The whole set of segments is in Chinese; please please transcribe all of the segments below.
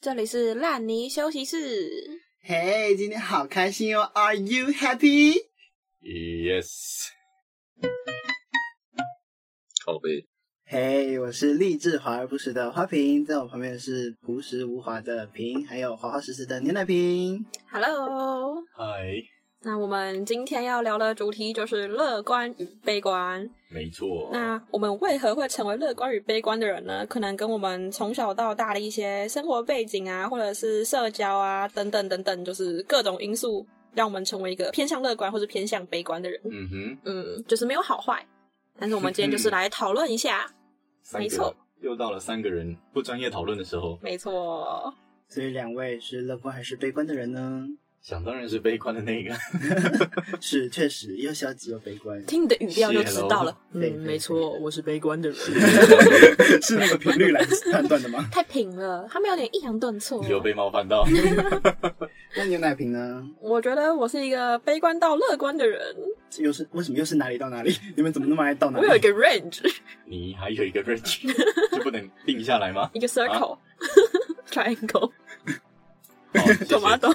这里是烂泥休息室。 嘿，今天好开心哦 ！Are you happy? Yes。靠背。 嘿，我是励志华而不实的花瓶，在我旁边是朴实无华的瓶，还有华华实实的牛奶瓶。 Hello， 嗨。 那我们今天要聊的主题就是乐观与悲观。 没错。 那我们为何会成为乐观与悲观的人呢？可能跟我们从小到大的一些生活背景啊，或者是社交啊，等等等等，就是各种因素让我们成为一个偏向乐观或是偏向悲观的人。就是没有好坏。但是我们今天就是来讨论一下。没错， 又到了三个人不专业讨论的时候。 没错。 所以两位是乐观还是悲观的人呢？ 想当然是悲观的那个。 是，确实又消极又悲观。 听你的语调就知道了。 没错，我是悲观的人。 是那个频率来判断的吗？ 太平了，他们有点抑扬顿挫。 有被冒犯到。 那牛奶瓶呢？ 我觉得我是一个悲观到乐观的人。 为什么又是哪里到哪里？你们怎么那么爱到哪里？ 我有一个 range。 你还有一个 range， 就不能定下来吗？ 一个 circle， triangle， 好 tomato。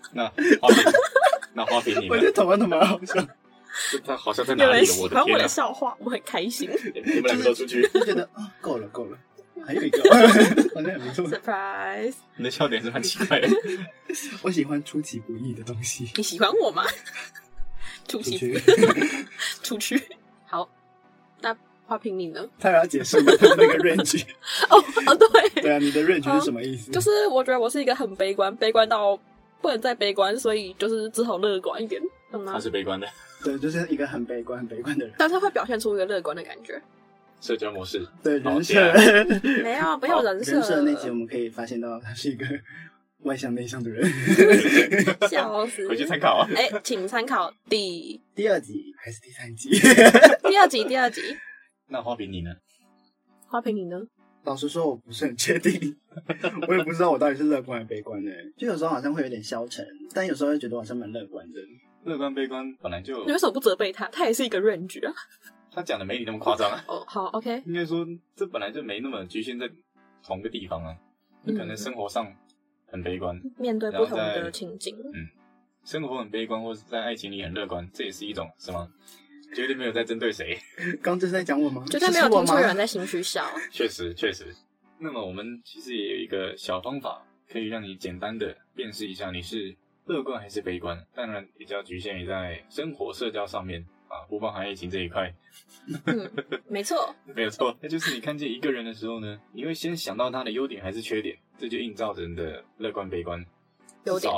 那花瓶你们， 我觉得tomato蛮好笑。 他好像在哪里了？ 有人喜欢我的的笑话，我很开心。 你们两个都出去， 就觉得够了，还有一个，好像很不错。 Surprise！ 你的笑点是蛮奇怪的。 我喜欢出其不意的东西。 你喜欢我吗？出去。好，那花瓶你呢？ 他要解释他的那个 range。 对。 对啊，你的 range 是什么意思？ 就是我觉得我是一个很悲观到不能再悲观，所以就是只好乐观一点，懂吗？ 他是悲观的。 对，就是一个很悲观的人， 但是会表现出一个乐观的感觉。 社交模式。 对，人设。 没有人设。 人设那集我们可以发现到他是一个外向内向的人。 笑死。 回去参考啊。 请参考第二集还是第三集？ 第二集。 那花瓶你呢？ 老实说我不是很确定。我也不知道我到底是乐观还是悲观的。就有时候好像会有点消沉，但有时候会觉得我好像蛮乐观的。 乐观悲观本来就， 你为什么不责备他？他也是一个 range 啊。 他讲的没你那么夸张啊。 好 OK。 应该说这本来就没那么局限在同个地方啊。你可能生活上很悲观， 面对不同的情境。 生活很悲观，或是在爱情里很乐观，这也是一种，是吗？绝对没有在针对谁。 刚这是在讲我吗？ 绝对没有听出有人在心虚笑。 确实。那么我们其实也有一个小方法，可以让你简单的辨识一下你是乐观还是悲观。当然比较局限于在生活社交上面啊，不包含爱情这一块。 没错。 没有错。那就是你看见一个人的时候呢，你会先想到他的优点还是缺点，这就映照着你的乐观悲观。 优点。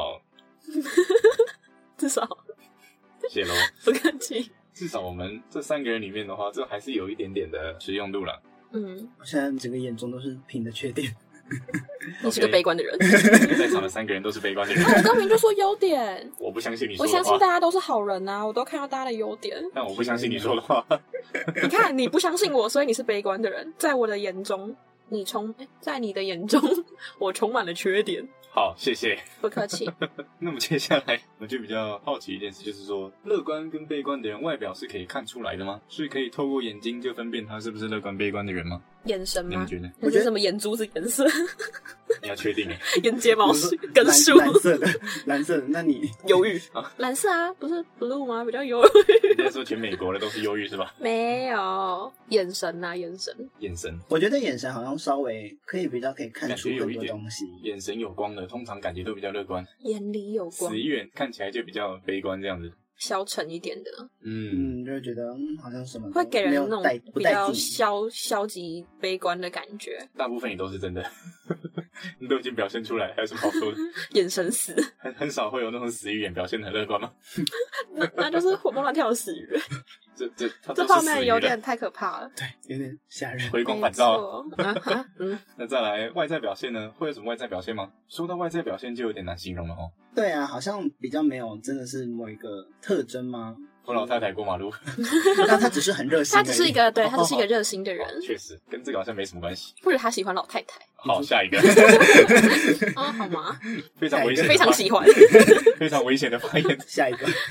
至少。 谢咯。 不客气。 至少我们这三个人里面的话，这还是有一点点的实用度啦。 我现在整个眼中都是瓶的缺点。 你是个悲观的人。 在场的三个人都是悲观的人。 我刚明就说优点。 我不相信你说的话。 我相信大家都是好人啊，我都看到大家的优点。 但我不相信你说的话。 你看，你不相信我，所以你是悲观的人。在我的眼中，在你的眼中，我充满了缺点。 好，谢谢。 不客气。 那么接下来我就比较好奇一件事，就是说乐观跟悲观的人外表是可以看出来的吗？是可以透过眼睛就分辨他是不是乐观悲观的人吗？ 眼神吗？ 你们觉得？ 我觉得什么眼珠子颜色？ 你要确定耶。 眼睫毛是根数。 蓝色的。那你忧郁啊？蓝色啊，不是 blue 吗？比较忧郁。 你在说全美国的都是忧郁是吧？ 没有，眼神啊，眼神。 我觉得眼神好像稍微比较可以看出很多东西。 眼神有光的通常感觉都比较乐观， 眼里有光。 死一眼看起来就比较悲观这样子。 消沉一点的。 就会觉得好像什么会给人那种比较消极悲观的感觉。 大部分也都是真的。你都已经表现出来，还有什么好说的？ 眼神死。 很少会有那种死鱼眼表现得很乐观吗？ 那就是活蹦乱跳的死鱼。这画面有点太可怕了。 对，有点吓人。 回光返照。那再来外在表现呢？会有什么外在表现吗？说到外在表现就有点难形容了哦。 对啊，好像比较没有真的是某一个特征吗？ 我老太太过马路。 那他只是很热心。 他只是一个热心的人。 确实，跟这个好像没什么关系。 或者他喜欢老太太。 好，下一个。 好吗？ 非常危险。 非常喜欢。 非常危险的发言。 下一个。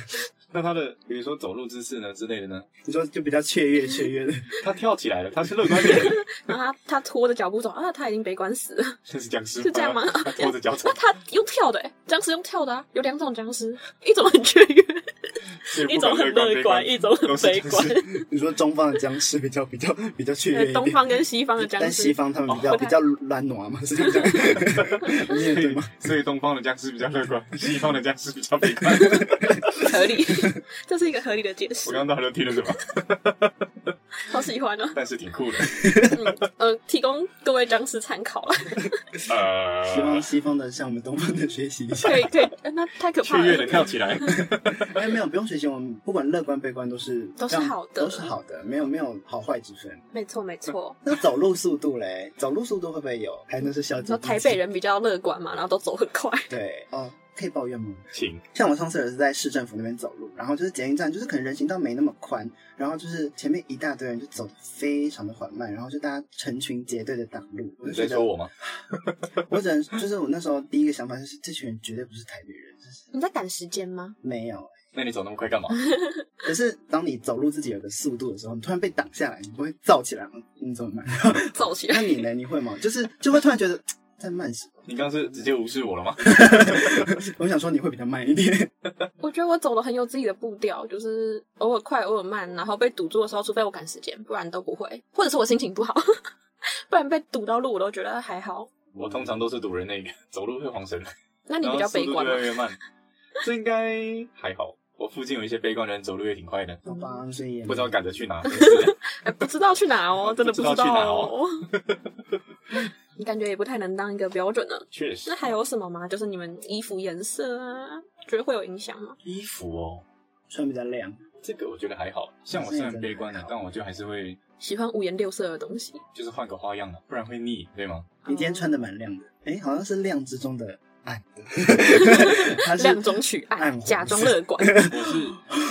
那他的比如说走路姿势呢之类的呢？ 你说就比较雀跃的。 他跳起来了，他是乐观的人。 然后他拖着脚步走啊，他已经悲观死了。 这是僵尸， 是这样吗？ 他拖着脚走。 那他用跳的僵尸用跳的啊，有2种僵尸，一种很雀跃，一种很乐观，一种很悲观。 你说中方的僵尸比较雀跃一点， 东方跟西方的僵尸， 但西方他们比较懒惰嘛，是这样讲。你也对吗？ 所以东方的僵尸比较乐观，西方的僵尸比较悲观。 合理，这是一个合理的解释。 我刚刚到底听了什么？ 好喜欢哦， 但是挺酷的。 提供各位僵尸参考了。 希望西方的向我们东方的学习一下。 可以，那太可怕了。 雀跃的跳起来。 没有，不用学习，我们不管乐观悲观都是好的， 都是好的，没有好坏之分。 没错。 那走路速度嘞？走路速度会不会有？还那是小姐。 说台北人比较乐观嘛，然后都走很快。 对哦。可以抱怨吗？ 请。 像我上次也是在市政府那边走路，然后就是捷运站，就是可能人行道没那么宽，然后就是前面一大堆人就走得非常的缓慢，然后就大家成群结队的挡路。 你在说我吗？ 我只能就是我那时候第一个想法就是这群人绝对不是台北人。 你在赶时间吗？ 没有。 那你走那么快干嘛？ 可是当你走路自己有个速度的时候，你突然被挡下来，你不会躁起来吗？你怎么办？ 躁起来？ 那你呢？你会吗？就会突然觉得在慢什么？ 你刚刚是直接无视我了吗？ 我想说你会比较慢一点。 我觉得我走的很有自己的步调，就是偶尔快偶尔慢，然后被堵住的时候，除非我赶时间，不然都不会。或者是我心情不好，不然被堵到路我都觉得还好。 我通常都是堵人那个，走路会晃神。 那你比较悲观吗？ 速度越来越慢，这应该还好。我附近有一些悲观的人走路也挺快的， 所以不知道赶着去哪。 不知道去哪哦，真的不知道去哪哦。 你感觉也不太能当一个标准呢。 确实。 那还有什么吗？就是你们衣服颜色啊，觉得会有影响吗？ 衣服哦， 穿比较亮， 这个我觉得还好。像我虽然悲观的，但我就还是会喜欢五颜六色的东西， 就是换个花样了，不然会腻，对吗？ 你今天穿的蛮亮的，好像是亮之中的暗的。 它是亮中取暗，假装乐观。 我是，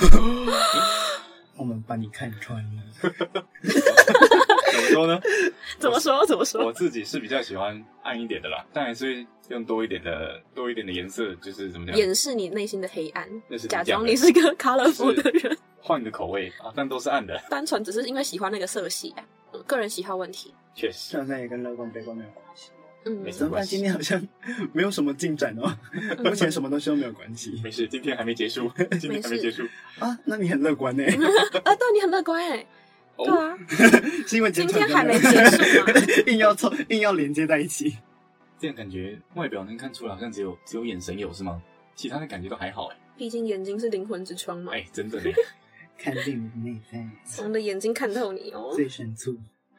我们把你看穿了。 怎么说呢？ 怎么说？ 我自己是比较喜欢暗一点的啦，但还是会用多一点的颜色，就是怎么讲， 掩饰你内心的黑暗，假装你是一个 colorful 的人， 换个口味啊，但都是暗的。 单纯只是因为喜欢那个色系个人喜好问题。 确实， 好像也跟乐观悲观没有关系。 没什么关系。 今天好像没有什么进展哦，目前什么东西都没有关系。 没事，今天还没结束， 啊？那你很乐观呢？ 对，你很乐观哎。对啊， 是因为今天还没结束吗？ 硬要连接在一起。 这样感觉外表能看出来，好像只有眼神有是吗？其他的感觉都还好哎。 毕竟眼睛是灵魂之窗嘛。 真的呢。 看进你的内在， 从我的眼睛看透你哦。 最深处，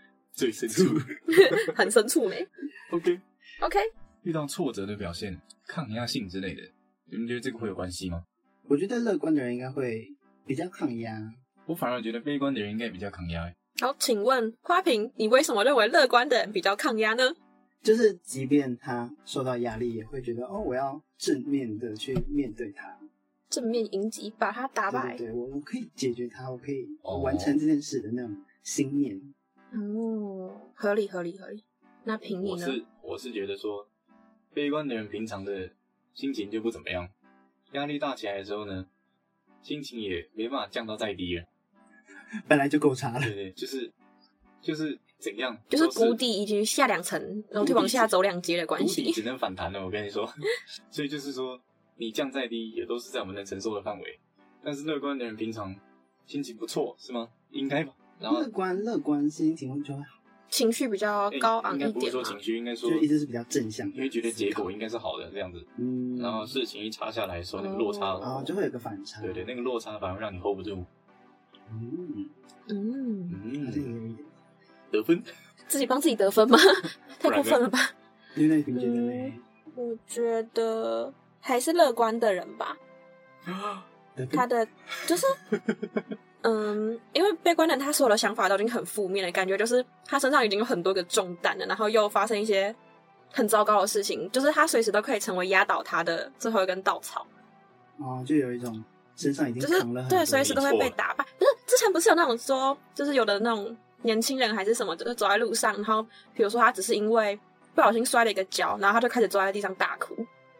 很深处呢。OK。 遇到挫折的表现，抗压性之类的，你们觉得这个会有关系吗？ 我觉得乐观的人应该会比较抗压。 我反而觉得悲观的人应该比较抗压。 好，请问花瓶，你为什么认为乐观的人比较抗压呢？ 就是即便他受到压力，也会觉得我要正面的去面对他， 正面迎击，把他打败。 对，我可以解决他，我可以完成这件事的那种信念。 合理。那凭你呢？ 我是觉得说，悲观的人平常的心情就不怎么样，压力大起来的时候呢，心情也没办法降到再低了。 本来就够差了。 对，就是怎样？ 就是谷底已经下2层，楼梯往下走2阶的关系。 谷底只能反弹了，我跟你说。所以就是说，你降再低也都是在我们能承受的范围。但是乐观的人平常心情不错，是吗？应该吧。然后乐观心情就会好， 情绪比较高昂一点嘛。 应该不是说情绪，应该说就一直是比较正向， 因为觉得结果应该是好的这样子。然后事情一插下来的时候，那个落差， 就会有个反差。 对，那个落差反而让你 hold 不住。得分， 自己帮自己得分吗？太过分了吧？ 你觉得呢？ 我觉得还是乐观的人吧。他的就是因为悲观的人他所有的想法都已经很负面了，感觉就是他身上已经有很多个重担了，然后又发生一些很糟糕的事情，就是他随时都可以成为压倒他的最后一根稻草。 就有一种身上已经扛了很多， 对，随时都会被打败。不是之前不是有那种说，就是有的那种年轻人还是什么，就是走在路上，然后比如说他只是因为不小心摔了一个跤，然后他就开始坐在地上大哭，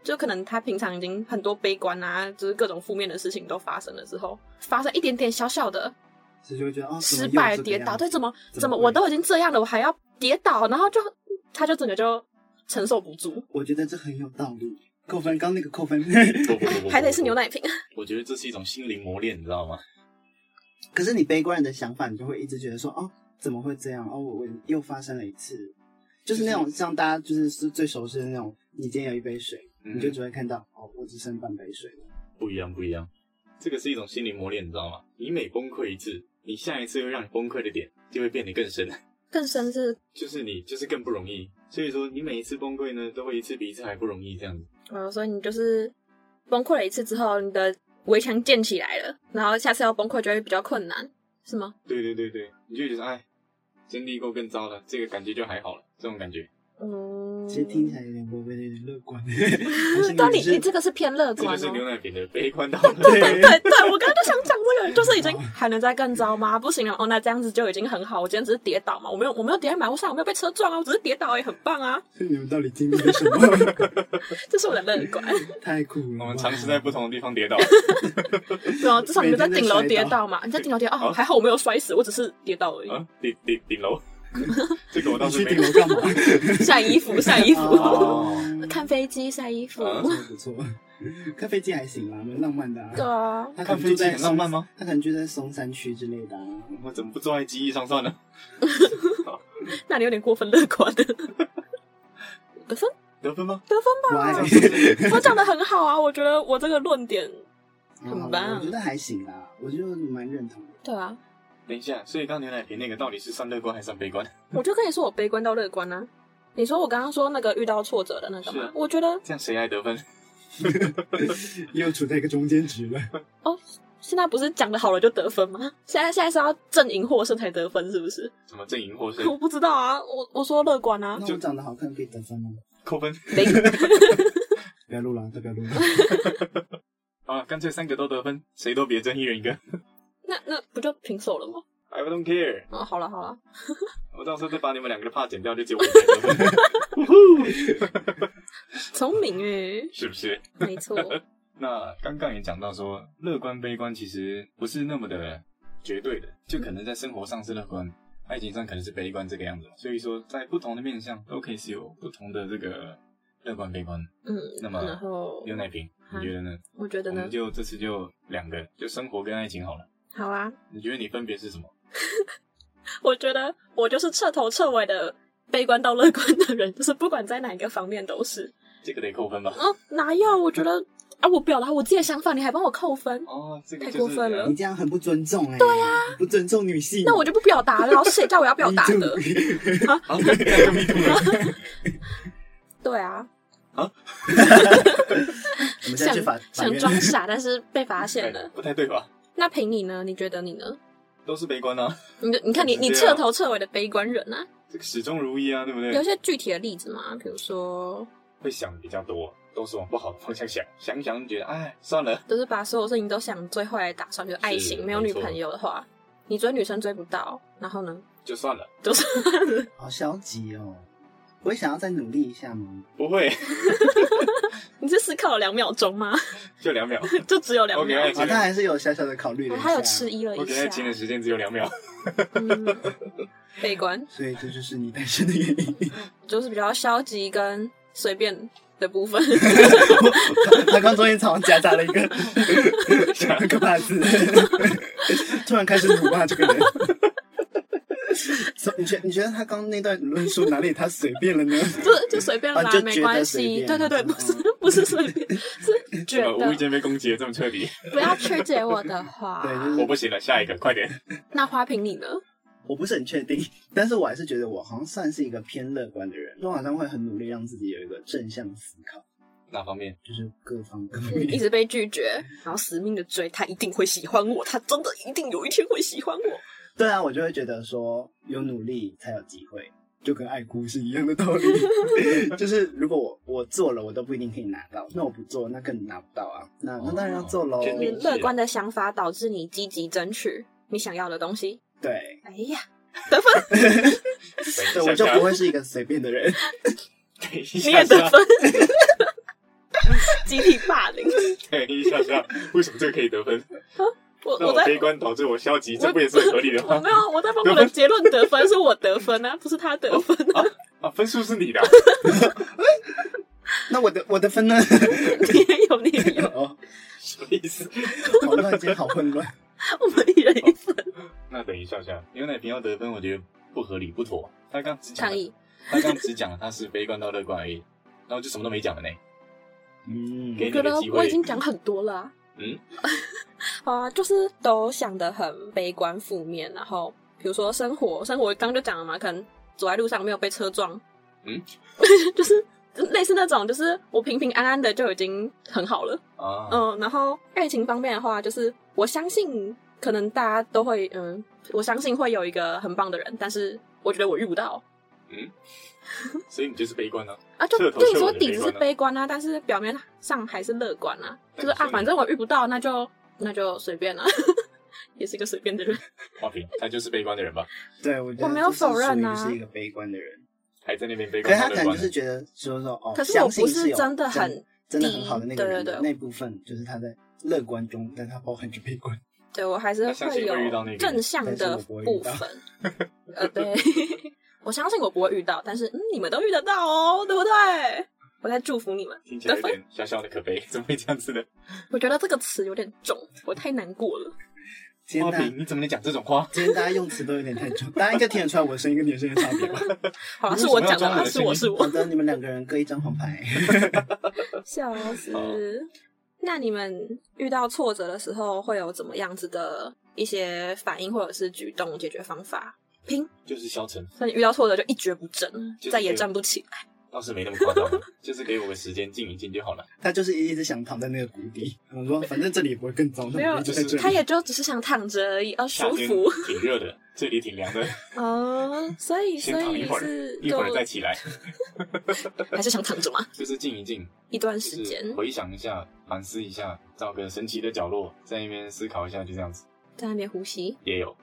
就可能他平常已经很多悲观啊，就是各种负面的事情都发生了之后，发生一点点小小的就会觉得失败跌倒，对，怎么我都已经这样了，我还要跌倒，然后他就整个就承受不住。 我觉得这很有道理。扣分，刚那个扣分还得是牛奶瓶。 我觉得这是一种心灵磨练，你知道吗？ 可是你悲观人的想法，你就会一直觉得说，哦，怎么会这样？哦，我又发生了一次，就是那种像大家就是最熟悉的那种，你今天有一杯水，你就只会看到，哦，我只剩半杯水了。 不一样，这个是一种心灵磨练，你知道吗？你每崩溃一次，你下一次会让你崩溃的点就会变得更深。 更深是就是你就是更不容易，所以说你每一次崩溃呢，都会一次比一次还不容易这样子。 所以你就是崩溃了一次之后，你的围墙建起来了，然后下次要崩溃就会比较困难，是吗？ 对，你就觉得哎，经历过更糟了，这个感觉就还好了，这种感觉。 其实听起来有点微微有点乐观。 但你这个是偏乐观， 这就是牛奶瓶的悲观到对，我刚刚就想讲这个，就是已经还能再更糟吗？不行了，那这样子就已经很好。我今天只是跌倒嘛，我没有跌在马路上，我没有被车撞啊，我只是跌倒也很棒啊。 你们到底经历了什么？ 这是我的乐观。 太酷了！ 我们尝试在不同的地方跌倒。 对啊，至少你们在顶楼跌倒嘛，你在顶楼跌倒，还好我没有摔死，我只是跌倒而已。 顶楼。这个我倒是没有。你去顶楼干嘛？ 晒衣服，看飞机晒衣服， 不错。看飞机还行啦，蛮浪漫的啊。 对啊， 他看飞机很浪漫吗？ 他可能就在松山区之类的啊。 我怎么不坐在机翼上算了？ 那你有点过分乐观。 得分吗？ 得分吧。我讲得很好啊，我觉得我这个论点很棒。 我觉得还行啦，我觉得蛮认同的。 对啊。 等一下，所以刚牛奶瓶那个到底是算乐观还是算悲观？ 我就跟你说我悲观到乐观啊。你说我刚刚说那个遇到挫折的那个吗？我觉得这样谁爱得分？ 又处在一个中间值了。 哦，现在不是讲的好了就得分吗？现在是要正赢获胜才得分，是不是？ 什么正赢获胜？ 我不知道啊，我说乐观啊。 那我长得好看可以得分吗？ 扣分。 不要录了，不要录了。 好了，干脆3个都得分，谁都别争，一人一个。 那不就平手了吗？ I don't care。 好了。 我到时候再把你们2个的怕剪掉，就只有我得分。 聪明耶， 是不是？ 没错。 那刚刚也讲到说，乐观悲观其实不是那么的绝对的，就可能在生活上是乐观，爱情上可能是悲观这个样子。所以说，在不同的面向都可以是有不同的这个乐观悲观。那么然后牛奶瓶，你觉得呢？ 我觉得呢， 我们就这次就2个，就生活跟爱情好了。 好啊。 你觉得你分别是什么？ 我觉得我就是彻头彻尾的悲观到乐观的人，就是不管在哪一个方面都是。 这个得扣分吧？ 哪有？我觉得我表达我自己的想法，你还帮我扣分？ 这个太过分了！ 你这样很不尊重对啊， 不尊重女性。 那我就不表达了，谁叫我要表达的？对啊。 我们现在去想装傻，但是被发现了， 不太对吧？ 那凭你呢？你觉得你呢？ 都是悲观啊！ 你看你彻头彻尾的悲观人啊！ 这个始终如一啊，对不对？ 有些具体的例子吗？比如说会想比较多，都是往不好的方向想想觉得哎算了， 都是把所有事情都想最坏的打算，就是爱情没有女朋友的话，你追女生追不到，然后呢就算了， 好消极哦！不会想要再努力一下吗？ 不会。 你是思考了2秒钟吗？ 就2秒， 就只有2秒。 他还是有小小的考虑了一下， 他有迟疑了一下。 我给爱情的时间只有2秒。 悲观， 所以这就是你单身的原因， 就是比较消极跟随便的部分。 他刚中间常常夹杂了一个很可怕的字，突然开始辱骂这个人。你觉得他刚那段论述哪里他随便了呢？ 就随便啦，没关系。对，不是随便，是觉得。 无意间被攻击的这么彻底， 不要曲解我的话。 对，就是我不行了，下一个快点。 那花瓶你呢？ 我不是很确定，但是我还是觉得我好像算是一个偏乐观的人，我好像会很努力让自己有一个正向思考。 哪方面？ 就是各方面。 一直被拒绝，然后死命的追，他一定会喜欢我，他真的一定有一天会喜欢我。 对啊，我就会觉得说有努力才有机会，就跟爱哭是一样的道理。就是如果我做了，我都不一定可以拿到，那我不做，那更拿不到啊。那当然要做咯。 乐观的想法导致你积极争取你想要的东西。 对， 哎呀，得分。 对，我就不会是一个随便的人。 你也得分。 集体霸凌。 等一下，为什么这个可以得分？ 我在悲观导致我消极，这不也是很合理的吗？ 没有，我在帮我的结论得分，是我得分啊，不是他得分啊，分数是你的、啊。 那我的分呢？ 你也有。 哦， 什么意思？ 好乱，今天好混乱。 我们一人一分。 那等一下，牛奶瓶要得分，我觉得不合理不妥。他刚只抗议， 讲了他是悲观到乐观而已，然后就什么都没讲了呢。 我觉得我已经讲很多了、啊。好啊，就是都想得很悲观负面，然后比如说生活刚就讲了嘛，可能走在路上没有被车撞，就是类似那种，就是我平平安安的就已经很好了啊。然后爱情方面的话，就是我相信可能大家都会我相信会有一个很棒的人，但是我觉得我遇不到。 所以你就是悲观啊？ 就你说底子是悲观啊，但是表面上还是乐观啊。就是反正我遇不到，那就随便啦，也是一个随便的人。 花瓶，他就是悲观的人吧？ 对，我觉得我没有否认啊， 是一个悲观的人， 还在那边悲观。 可是他可能就是觉得说哦， 可是我不是真的很好的那个人，对那部分就是他在乐观中，但他包含着悲观。 对，我还是会有正向的部分。对。我相信我不会遇到，但是你们都遇得到哦，对不对？我在祝福你们。 听起来有点小小的可悲，怎么会这样子呢？ 我觉得这个词有点重，我太难过了。 花瓶，你怎么能讲这种话？ 今天大家用词都有点太重，大家应该听得出来我的声音跟你的声音的差别吧？ 好了，是我讲的啦，是我。 好的，你们两个人各一张黄牌。 笑死！那你们遇到挫折的时候会有怎么样子的一些反应或者是举动解决方法？ 就是消沉。 那你遇到挫折就一蹶不振，再也站不起来。 倒是没那么夸张，就是给我个时间静一静就好了。 他就是一直想躺在那个谷底，我说反正这里也不会更糟， 没有，他也就只是想躺着而已，舒服。 挺热的，这里挺凉的。 所以先躺一会儿再起来。 还是想躺着吗？ 就是静一静一段时间， 回想一下，反思一下，找个神奇的角落，在那边思考一下，就这样子。 在那边呼吸也有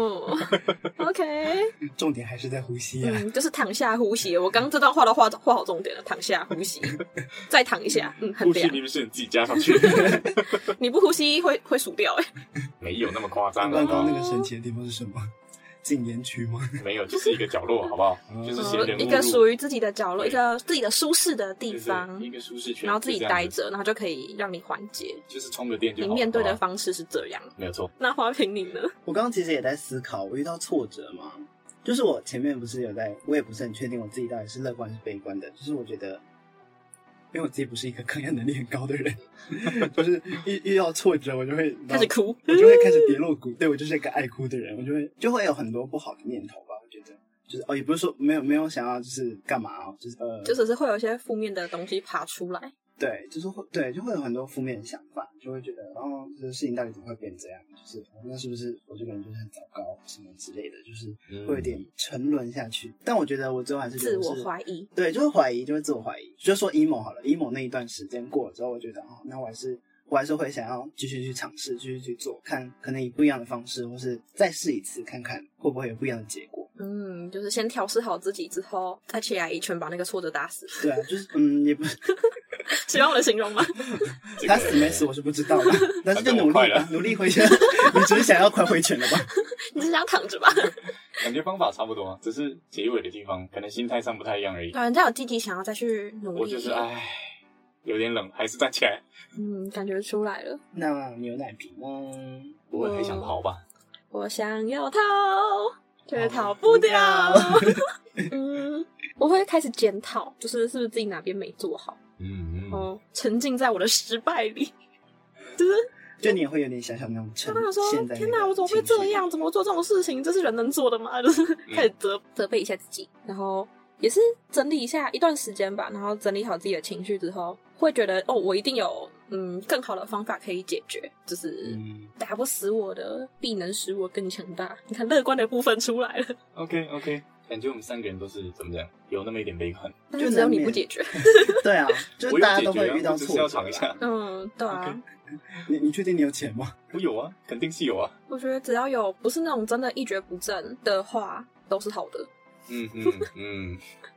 OK， 重点还是在呼吸啊， 就是躺下呼吸。我刚刚这段话都画好重点了，躺下呼吸，再躺一下，很凉。 呼吸明明是你自己加上去， 你不呼吸会数掉没有那么夸张。 刚刚那个神奇的地方是什么？禁烟区吗？ 没有，就是一个角落，好不好？就是闲人勿入， 一个属于自己的角落，一个自己的舒适的地方， 一个舒适圈， 然后自己待着，然后就可以让你缓解。 就是充个电就好。 你面对的方式是这样， 没有错。 那花瓶你呢？ 我刚刚其实也在思考，我遇到挫折嘛，就是我前面不是有我也不是很确定我自己到底是乐观还是悲观的，就是我觉得。因为我自己不是一个抗压能力很高的人，就是遇到挫折我就会开始哭， 我就会开始跌落谷。对，我就是一个爱哭的人，我就会有很多不好的念头吧。我觉得就是也不是说没有想要就是干嘛就只是会有一些负面的东西爬出来。 对，就是就会有很多负面的想法，就会觉得这个事情到底怎么会变这样？就是那是不是我这个人就是很糟糕什么之类的，就是会有点沉沦下去。但我觉得我最后还是自我怀疑， 对，就会自我怀疑。就说 emo 好了 ，emo 那一段时间过了之后，我觉得那我还是会想要继续去尝试，继续去做，看可能以不一样的方式，或是再试一次，看看会不会有不一样的结果。 就是先调试好自己之后，再起来一拳把那个挫折打死。 对啊，就是也不是喜欢我的形容吗？ 他死没死我是不知道的，但是就努力吧，努力回拳。你只是想要快回拳了吧？ 你只想躺着吧？ 感觉方法差不多，只是结尾的地方可能心态上不太一样而已。 对，人家有积极想要再去努力。 我就是有点冷，还是站起来。 感觉出来了。 那牛奶瓶呢？ 不会还想逃吧？ 我想要逃，却逃不掉。我会开始检讨，就是是不是自己哪边没做好。沉浸在我的失败里， 就你也会有点小小那种沉。 天哪，我怎么会这样？怎么做这种事情？这是人能做的吗？就是开始责备一下自己，然后也是整理一下一段时间吧，然后整理好自己的情绪之后，会觉得我一定有更好的方法可以解决，就是打不死我的，必能使我更强大。你看乐观的部分出来了。 OK， 感觉我们三个人都是怎么讲，有那么一点悲观， 但是只有你不解决。 对啊，就是大家都会遇到挫折。 要尝一下。 对啊。 你确定你有钱吗？ 我有啊，肯定是有啊。 我觉得只要有不是那种真的一蹶不振的话，都是好的。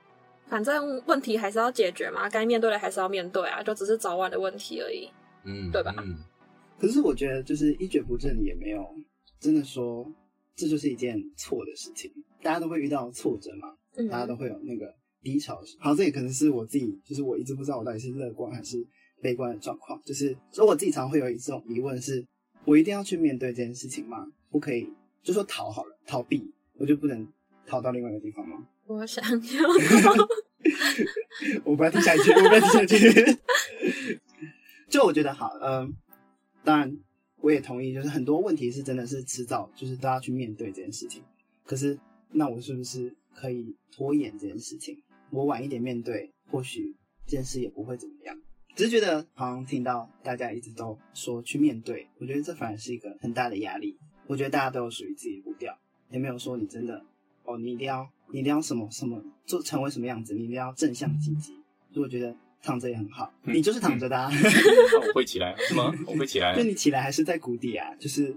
反正问题还是要解决嘛，该面对的还是要面对啊，就只是早晚的问题而已，对吧？ 可是我觉得就是一蹶不振也没有真的说这就是一件错的事情，大家都会遇到挫折嘛，大家都会有那个低潮。好，这也可能是我自己，就是我一直不知道我到底是乐观还是悲观的状况，就是所以我自己常会有一种疑问是，我一定要去面对这件事情吗？不可以就说逃好了，逃避，我就不能逃到另外一个地方吗？ 我想要我不要听下去，我不要听下去就我觉得好，当然我也同意，就是很多问题是真的是迟早就是都要去面对这件事情，可是那我是不是可以拖延这件事情？我晚一点面对，或许这件事也不会怎么样。只是觉得好像听到大家一直都说去面对，我觉得这反而是一个很大的压力。我觉得大家都有属于自己的步调，也没有说你真的你一定要什么做成为什么样子，你一定要正向积极。所以我觉得躺着也很好，你就是躺着的啊。 我会起来是吗？我会起来。 就你起来还是在谷底啊？就是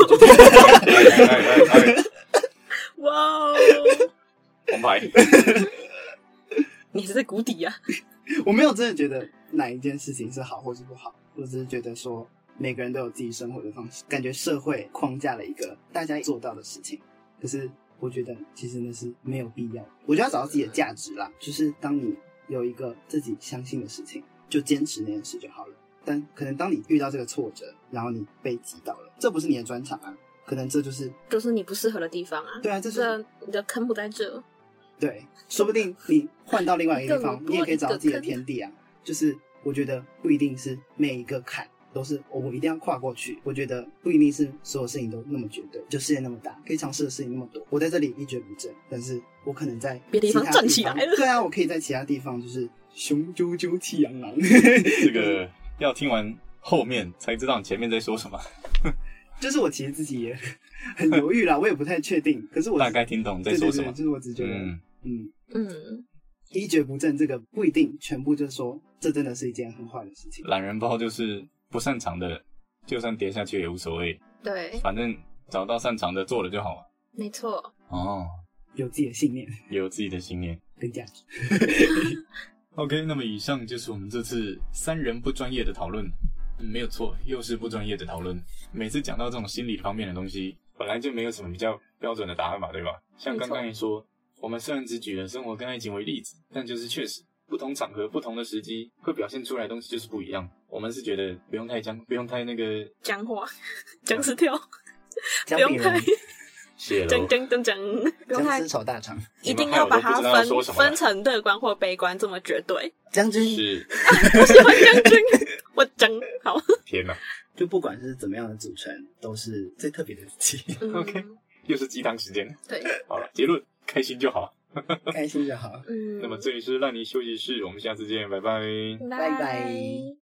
哇哦， 红牌。 你是在谷底啊？ 我没有真的觉得哪一件事情是好或是不好，我只是觉得说每个人都有自己生活的方式，感觉社会框架了一个大家做到的事情，可是我觉得其实那是没有必要的。我觉得要找到自己的价值啦，就是当你有一个自己相信的事情，就坚持那件事就好了。但可能当你遇到这个挫折，然后你被击倒了，这不是你的专长啊，可能这就是你不适合的地方啊。 对啊，这是你的坑不在这。 对，说不定你换到另外一个地方，你也可以找到自己的天地啊。就是我觉得不一定是每一个坎都是我一定要跨过去，我觉得不一定是所有事情都那么绝对，就世界那么大，可以尝试的事情那么多。我在这里一蹶不振，但是我可能在别的地方站起来了。 对啊，我可以在其他地方就是雄赳赳气昂昂。 这个要听完后面才知道你前面在说什么。 就是我其实自己也很犹豫啦，我也不太确定，可是我大概听懂你在说什么。 对，就是我只觉得一蹶不振这个不一定全部就说这真的是一件很坏的事情。 懒人包就是不擅长的就算跌下去也无所谓， 对， 反正找到擅长的做了就好了。 没错。 有自己的信念， 有自己的信念跟价值。 OK， 那么以上就是我们这次三人不专业的讨论。没有错，又是不专业的讨论。每次讲到这种心理方面的东西，本来就没有什么比较标准的答案嘛，对吧？像刚刚也说，我们虽然只举了生活跟爱情为例子，但就是确实不同场合、不同的时机会表现出来的东西就是不一样。我们是觉得不用太那个僵话、僵尸跳， 不用太僵不用太尸炒大肠， 一定要把它分成乐观或悲观这么绝对。 将军是， 我喜欢将军，我将好。 天哪！ 就不管是怎么样的组成，都是最特别的自己。 OK， 又是鸡汤时间。 对， 好了，结论开心就好， 开心就好。 那么这里是烂泥休息室，我们下次见，拜拜， 拜拜。